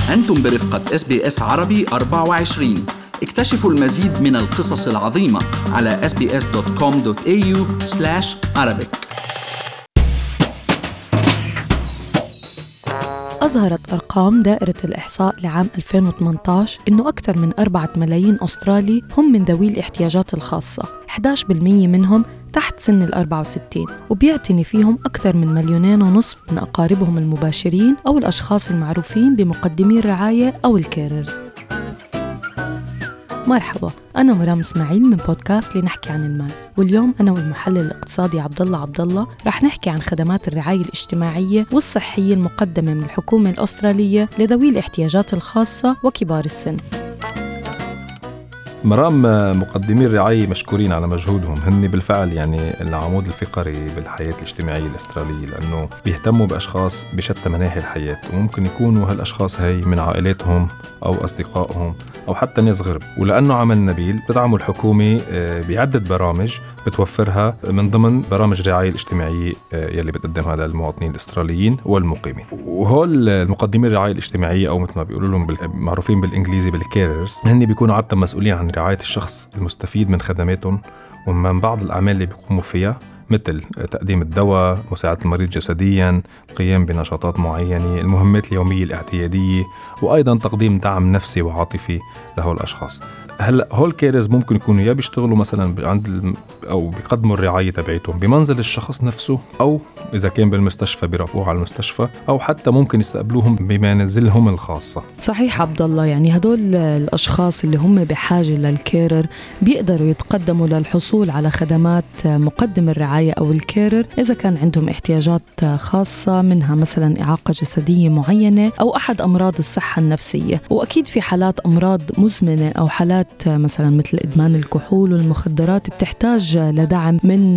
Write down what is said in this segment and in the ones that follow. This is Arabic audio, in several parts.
أنتم برفقة SBS عربي 24. اكتشفوا المزيد من القصص العظيمة على sbs.com.au/arabic. أظهرت أرقام دائرة الإحصاء لعام 2018 إنه أكثر من 4 ملايين أسترالي هم من ذوي الاحتياجات الخاصة، 11% منهم تحت سن 64، وبيعتني فيهم أكثر من 2.5 مليون من أقاربهم المباشرين أو الأشخاص المعروفين بمقدمي الرعاية أو الكيررز. مرحبا، أنا مرام إسماعيل من بودكاست لنحكي عن المال، واليوم أنا والمحلل الاقتصادي عبد الله رح نحكي عن خدمات الرعاية الاجتماعية والصحية المقدمة من الحكومة الأسترالية لذوي الاحتياجات الخاصة وكبار السن. مرام، مقدمي الرعاية مشكورين على مجهودهم، هن بالفعل يعني العمود الفقري بالحياة الاجتماعية الأسترالية، لأنه بيهتموا بأشخاص بشتى مناحي الحياة، وممكن يكونوا هالأشخاص هاي من عائلاتهم أو أصدقائهم أو حتى ناس غرب. ولأنه عمل نبيل بتدعمه الحكومة بعدة برامج بتوفرها من ضمن برامج الرعاية الاجتماعية يلي بتقدمها للمواطنين الأستراليين والمقيمين. وهول المقدمين الرعاية الاجتماعية أو مثل ما بيقولوا لهم معروفين بالإنجليزي بالكيررز، هن بيكونوا عادة مسؤولين عن رعاية الشخص المستفيد من خدماتهم ومن بعض الأعمال اللي بيقوموا فيها، مثل تقديم الدواء، مساعدة المريض جسدياً، القيام بنشاطات معينة، المهمات اليومية الاعتيادية، وأيضاً تقديم دعم نفسي وعاطفي لهول الأشخاص. هلأ هول كيرز ممكن يكونوا يا بيشتغلوا مثلاً عند أو بيقدموا الرعاية تبعيتهم بمنزل الشخص نفسه، أو إذا كان بالمستشفى بيرافقوه على المستشفى، أو حتى ممكن يستقبلوهم بمنازلهم الخاصة. صحيح عبد الله، يعني هدول الأشخاص اللي هم بحاجة للكيرر بيقدروا يتقدموا للحصول على خدمات مقدم الرعاية أو الكيرر إذا كان عندهم احتياجات خاصة، منها مثلا إعاقة جسدية معينة أو أحد أمراض الصحة النفسية. وأكيد في حالات أمراض مزمنة أو حالات مثلا مثل إدمان الكحول والمخدرات بتحتاج لدعم من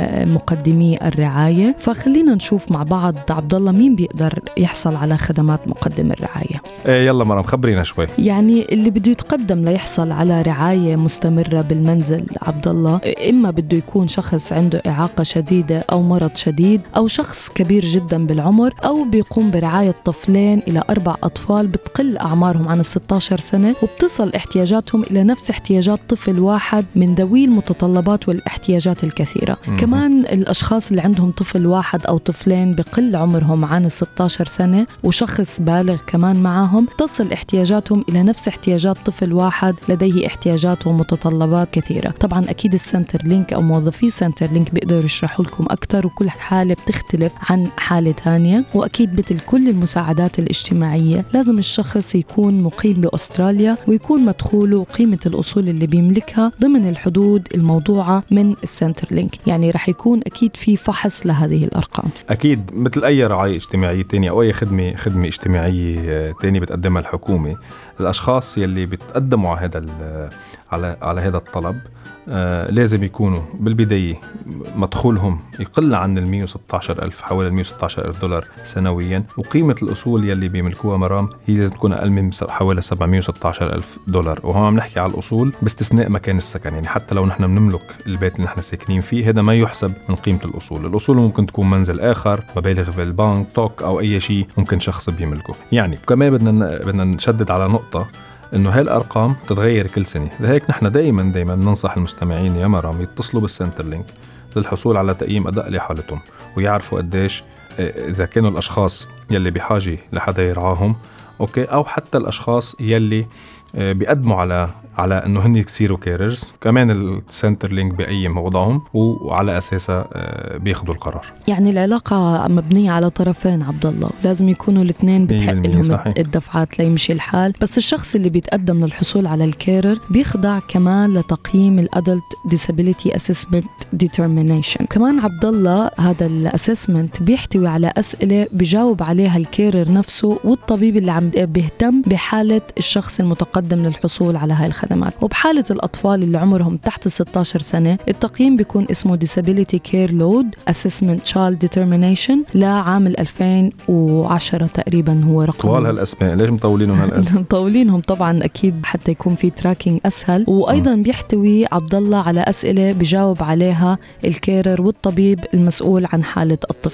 مقدمي الرعاية. فخلينا نشوف مع بعض عبد الله مين بيقدر يحصل على خدمات مقدم الرعاية. يلا مرام خبرينا شوي. يعني اللي بده يتقدم ليحصل على رعاية مستمرة بالمنزل عبد الله، إما بده يكون شخص عنده إعاقة شديدة أو مرض شديد، أو شخص كبير جدا بالعمر، أو بيقوم برعاية طفلين إلى 4 أطفال بتقل أعمارهم عن 16 سنة وبتصل احتياجاتهم إلى نفس احتياجات طفل واحد من ذوي المتطلبات والاحتياجات الكثيرة. كمان الأشخاص اللي عندهم طفل واحد أو طفلين بقل عمرهم عن 16 سنة وشخص بالغ كمان معهم، تصل احتياجاتهم إلى نفس احتياجات طفل واحد لديه احتياجات ومتطلبات كثيرة. طبعا أكيد السنتر لينك أو موظفي سنتر لينك بيقدروا يشرحوا لكم أكتر، وكل حالة بتختلف عن حالة تانية. وأكيد مثل كل المساعدات الاجتماعية لازم الشخص يكون مقيم بأستراليا ويكون مدخوله وقيمة الأصول اللي بيملكها ضمن الحدود الموضوعة من السنتر لينك. يعني رح يكون أكيد في فحص لهذه الأرقام. أكيد مثل أي رعاية اجتماعية تانية أو أي خدمة اجتماعية تانية بتقدمها الحكومة، الأشخاص يلي بتقدموا على هذا الطلب لازم يكونوا بالبداية مدخولهم يقل عن 116,000، حوالي 116,000 دولار سنويا، وقيمة الأصول يلي بيملكوها مرام هي لازم تكون أقل من حوالي 716,000 دولار. وهو عم نحكي على الأصول باستثناء مكان السكن، يعني حتى لو نحن بنملك البيت اللي نحن ساكنين فيه هذا ما يحسب من قيمة الأصول. الأصول ممكن تكون منزل آخر، مبالغ في البنك، توك أو أي شيء ممكن شخص بيملكه. يعني كمان بدنا نشدد على نقطة إنه هالأرقام تتغير كل سنة، لهيك نحن دايما ننصح المستمعين يا مرام يتصلوا بالسنتر لينك للحصول على تقييم أداء لحالتهم، ويعرفوا قديش إذا كانوا الأشخاص يلي بحاجة لحدا يرعاهم أوكي، أو حتى الأشخاص يلي بيقدموا على انه هن يصيروا كيررز. كمان السنتر لينك بيقيم وضعهم وعلى اساسها بياخدوا القرار. يعني العلاقه مبنيه على طرفين عبد الله، لازم يكونوا الاثنين بتحق لهم الدفعات ليمشي الحال. بس الشخص اللي بيتقدم للحصول على الكيرر بيخضع كمان لتقييم الادلت ديسابيليتي اسسمنت ديترمينيشن. كمان عبد الله هذا الاسسمنت بيحتوي على اسئله بيجاوب عليها الكيرر نفسه والطبيب اللي عم بيهتم بحاله الشخص المتقدم للحصول على هاي الخدمات. وبحالة الأطفال اللي عمرهم تحت 16 سنة التقييم بيكون اسمه Disability Care Load Assessment Child Determination لعام 2010 تقريبا. هو رقم طوال هالأسماء، ليش مطولينهم هالأسماء؟ مطولينهم طبعا أكيد حتى يكون في تراكينج أسهل. وأيضا بيحتوي عبد الله على أسئلة بيجاوب عليها الكيرر والطبيب المسؤول عن حالة الطفل.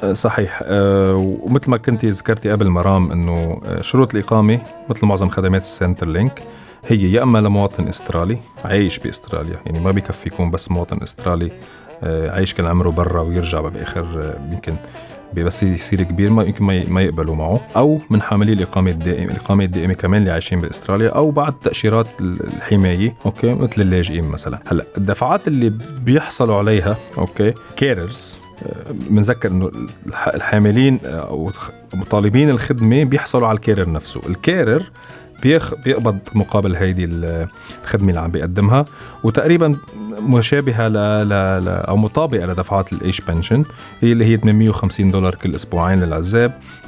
صحيح. ومثل ما كنتي ذكرتي قبل مرام أنه شروط الإقامة مثل معظم خدمات السنتر لينك هي يا أما لمواطن استرالي عايش بإستراليا، يعني ما بيكفي يكون بس مواطن استرالي عايش كل عمره برا ويرجع بآخر يمكن بس يصير كبير يمكن ما يقبلوا معه، أو من حاملي الإقامة الدائمة كمان اللي عايشين بإستراليا، أو بعد تأشيرات الحماية أوكي مثل اللاجئين مثلا. هلا الدفعات اللي بيحصلوا عليها أوكي كيررز، بنذكر إنه الحاملين أو مطالبين الخدمة بيحصلوا على الكيرر نفسه. الكيرر بيقبض مقابل هيدي الخدمة اللي عم بيقدمها، وتقريبا مشابهة أو مطابقة لدفعات الإيش بنشن اللي هي $850 كل أسبوعين للعزاب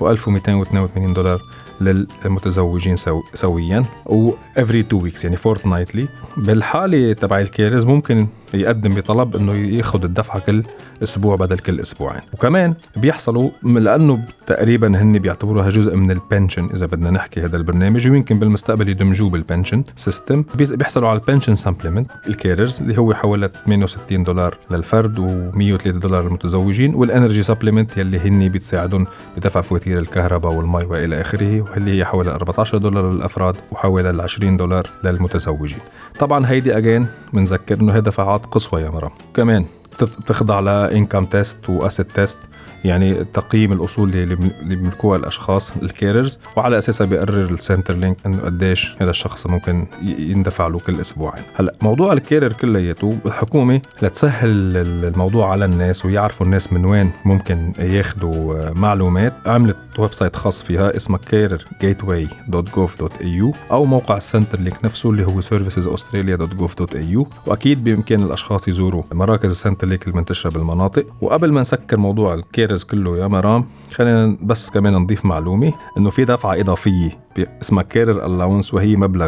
و$1282 للمتزوجين سويا، و every 2 weeks يعني fortnightly. بالحالة تبع الكيرز ممكن يقدم بطلب انه ياخذ الدفعة كل اسبوع بدل كل اسبوعين. وكمان بيحصلوا لانه تقريبا هن بيعتبروها جزء من البنشن اذا بدنا نحكي هذا البرنامج، ويمكن بالمستقبل يدمجوه بالبنشن سيستم. بيحصلوا على البنشن سبلمنت الكيرز اللي هو حوالي $68 للفرد و$103 للمتزوجين، والانرجي سبلمنت يلي هن بتساعدون بدفع فواتير الكهرباء والمي والى اخره، واللي هي حوالي $14 للافراد وحوالي $20 للمتزوجين. طبعا هيدي اجين بنذكر انه هي دفعات قصوى يا مرام. كمان تخضع لإنكام تيست وأسيت تيست، يعني تقييم الأصول اللي بيملكوها الأشخاص الكيررز، وعلى أساسها بيقرر السنتر لينك إنه قديش هذا الشخص ممكن يندفع له كل أسبوعين. هلأ موضوع الكيرر كلياته الحكومة لتسهل الموضوع على الناس ويعرفوا الناس من وين ممكن ياخدوا معلومات، عملت ويب سايت خاص فيها اسمه caregateway.gov.au، أو موقع السنتر لينك نفسه اللي هو servicesaustralia.gov.au. وأكيد بإمكان الأشخاص يزوروا مراكز السنتر لينك المنتشرة بالمناطق. وقبل ما نسكر موضوع الكيرز كله يا مرام، خلينا بس كمان نضيف معلومة إنه في دفعة إضافية اسمها كيرر ألاونس، وهي مبلغ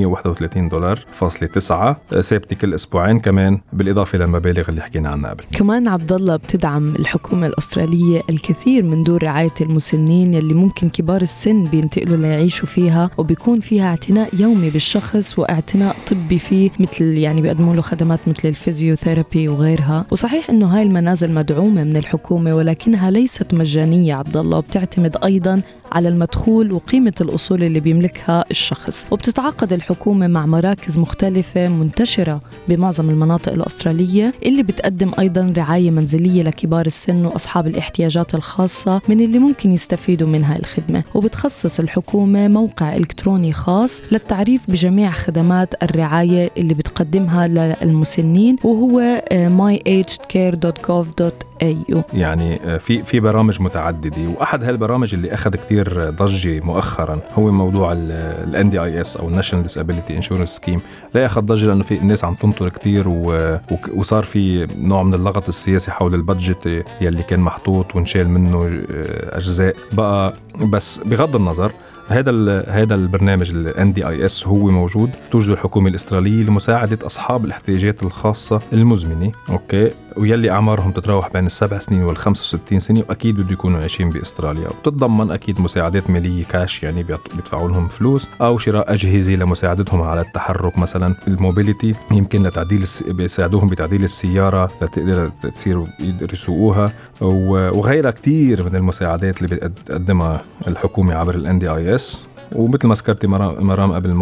$131.9 ثابتة كل أسبوعين، كمان بالإضافة للمبالغ اللي حكينا عنها قبل. كمان عبد الله بتدعم الحكومة الأسترالية الكثير من دور رعاية المسنين يلي ممكن كبار السن بينتقلوا ليعيشوا فيها، وبيكون فيها اعتناء يومي بالشخص واعتناء طبي فيه، مثل يعني بيقدموا له خدمات مثل الفيزيوثيرابي وغيرها. وصحيح إنه هاي المنازل مدعومة من الحكومة، ولكنها ليست مجانية عبد الله، وبتعتمد أيضا على المدخول وقيمة الأصول اللي بيملكها الشخص. وبتتعاقد الحكومة مع مراكز مختلفة منتشرة بمعظم المناطق الأسترالية اللي بتقدم أيضا رعاية منزلية لكبار السن وأصحاب الاحتياجات الخاصة من اللي ممكن يستفيدوا من هاي الخدمة. وبتخصص الحكومة موقع إلكتروني خاص للتعريف بجميع خدمات الرعاية اللي بتقدمها للمسنين، وهو myagedcare.gov.au. يعني في برامج متعددة، وأحد هالبرامج اللي أخذ كتير ضجة مؤخرا هو موضوع ال NDIS أو National Disability Insurance Scheme. لا أخذ ضجة لأنه في الناس عم تنطر كتير، وصار في نوع من اللغط السياسي حول البادجت يلي كان محطوط ونشال منه أجزاء بقى. بس بغض النظر هذا البرنامج ال NDIS هو موجود، توجد الحكومة الإسترالية لمساعدة أصحاب الاحتياجات الخاصة المزمنة أوكي، ويلي أعمارهم تتراوح بين 7 سنين وال65 سنة، وأكيد بده يكونوا عايشين بإستراليا. وبتتضمن أكيد مساعدات مالية كاش، يعني بيدفعوا لهم فلوس، أو شراء أجهزة لمساعدتهم على التحرك مثلا الموبيليتي، يمكن لتعديل بيساعدوهم بتعديل السيارة لتقدر تصيروا يقدروا يسوقوها، وغيرها كتير من المساعدات اللي بتقدمها الحكومة عبر ال NDIS. ومثل ما ذكرتي مرام قبل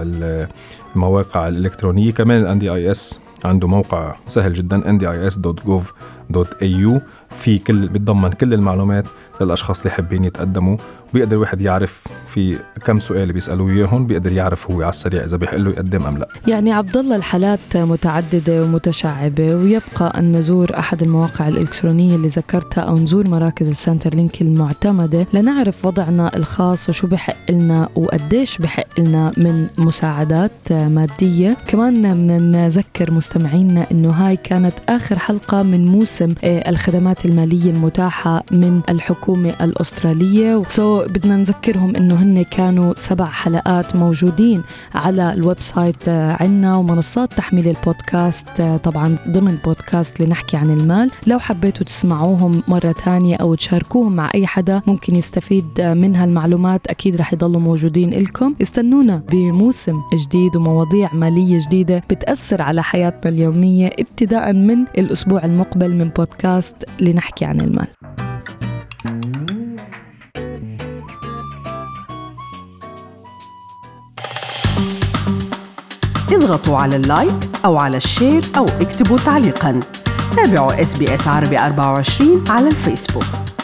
المواقع الإلكترونية، كمان ال NDIS عنده موقع سهل جدا ndis.gov.au، في بتضمن كل المعلومات للأشخاص اللي حابين يتقدموا. بيقدر واحد يعرف في كم سؤال بيسألوه إياهم، بيقدر يعرف هو على السريع إذا بيحق له يقدم أم لا. يعني عبد الله الحالات متعددة ومتشعبة، ويبقى أن نزور أحد المواقع الإلكترونية اللي ذكرتها أو نزور مراكز السنتر لينك المعتمدة لنعرف وضعنا الخاص وشو بحق لنا وقديش بحق لنا من مساعدات مادية. كمان نذكر مستمعينا أنه هاي كانت آخر حلقة من موسم الخدمات المالية المتاحة من الحكومة الأسترالية. بدنا نذكرهم أنه هن كانوا 7 حلقات موجودين على الويب سايت عنا ومنصات تحميل البودكاست، طبعا ضمن بودكاست لنحكي عن المال. لو حبيتوا تسمعوهم مرة تانية أو تشاركوهم مع أي حدا ممكن يستفيد من هالمعلومات، أكيد رح يضلوا موجودين إلكم. استنونا بموسم جديد ومواضيع مالية جديدة بتأثر على حياتنا اليومية، ابتداء من الأسبوع المقبل من بودكاست لنحكي عن المال. اضغطوا على اللايك أو على الشير أو اكتبوا تعليقاً. تابعوا SBS عربي 24 على الفيسبوك.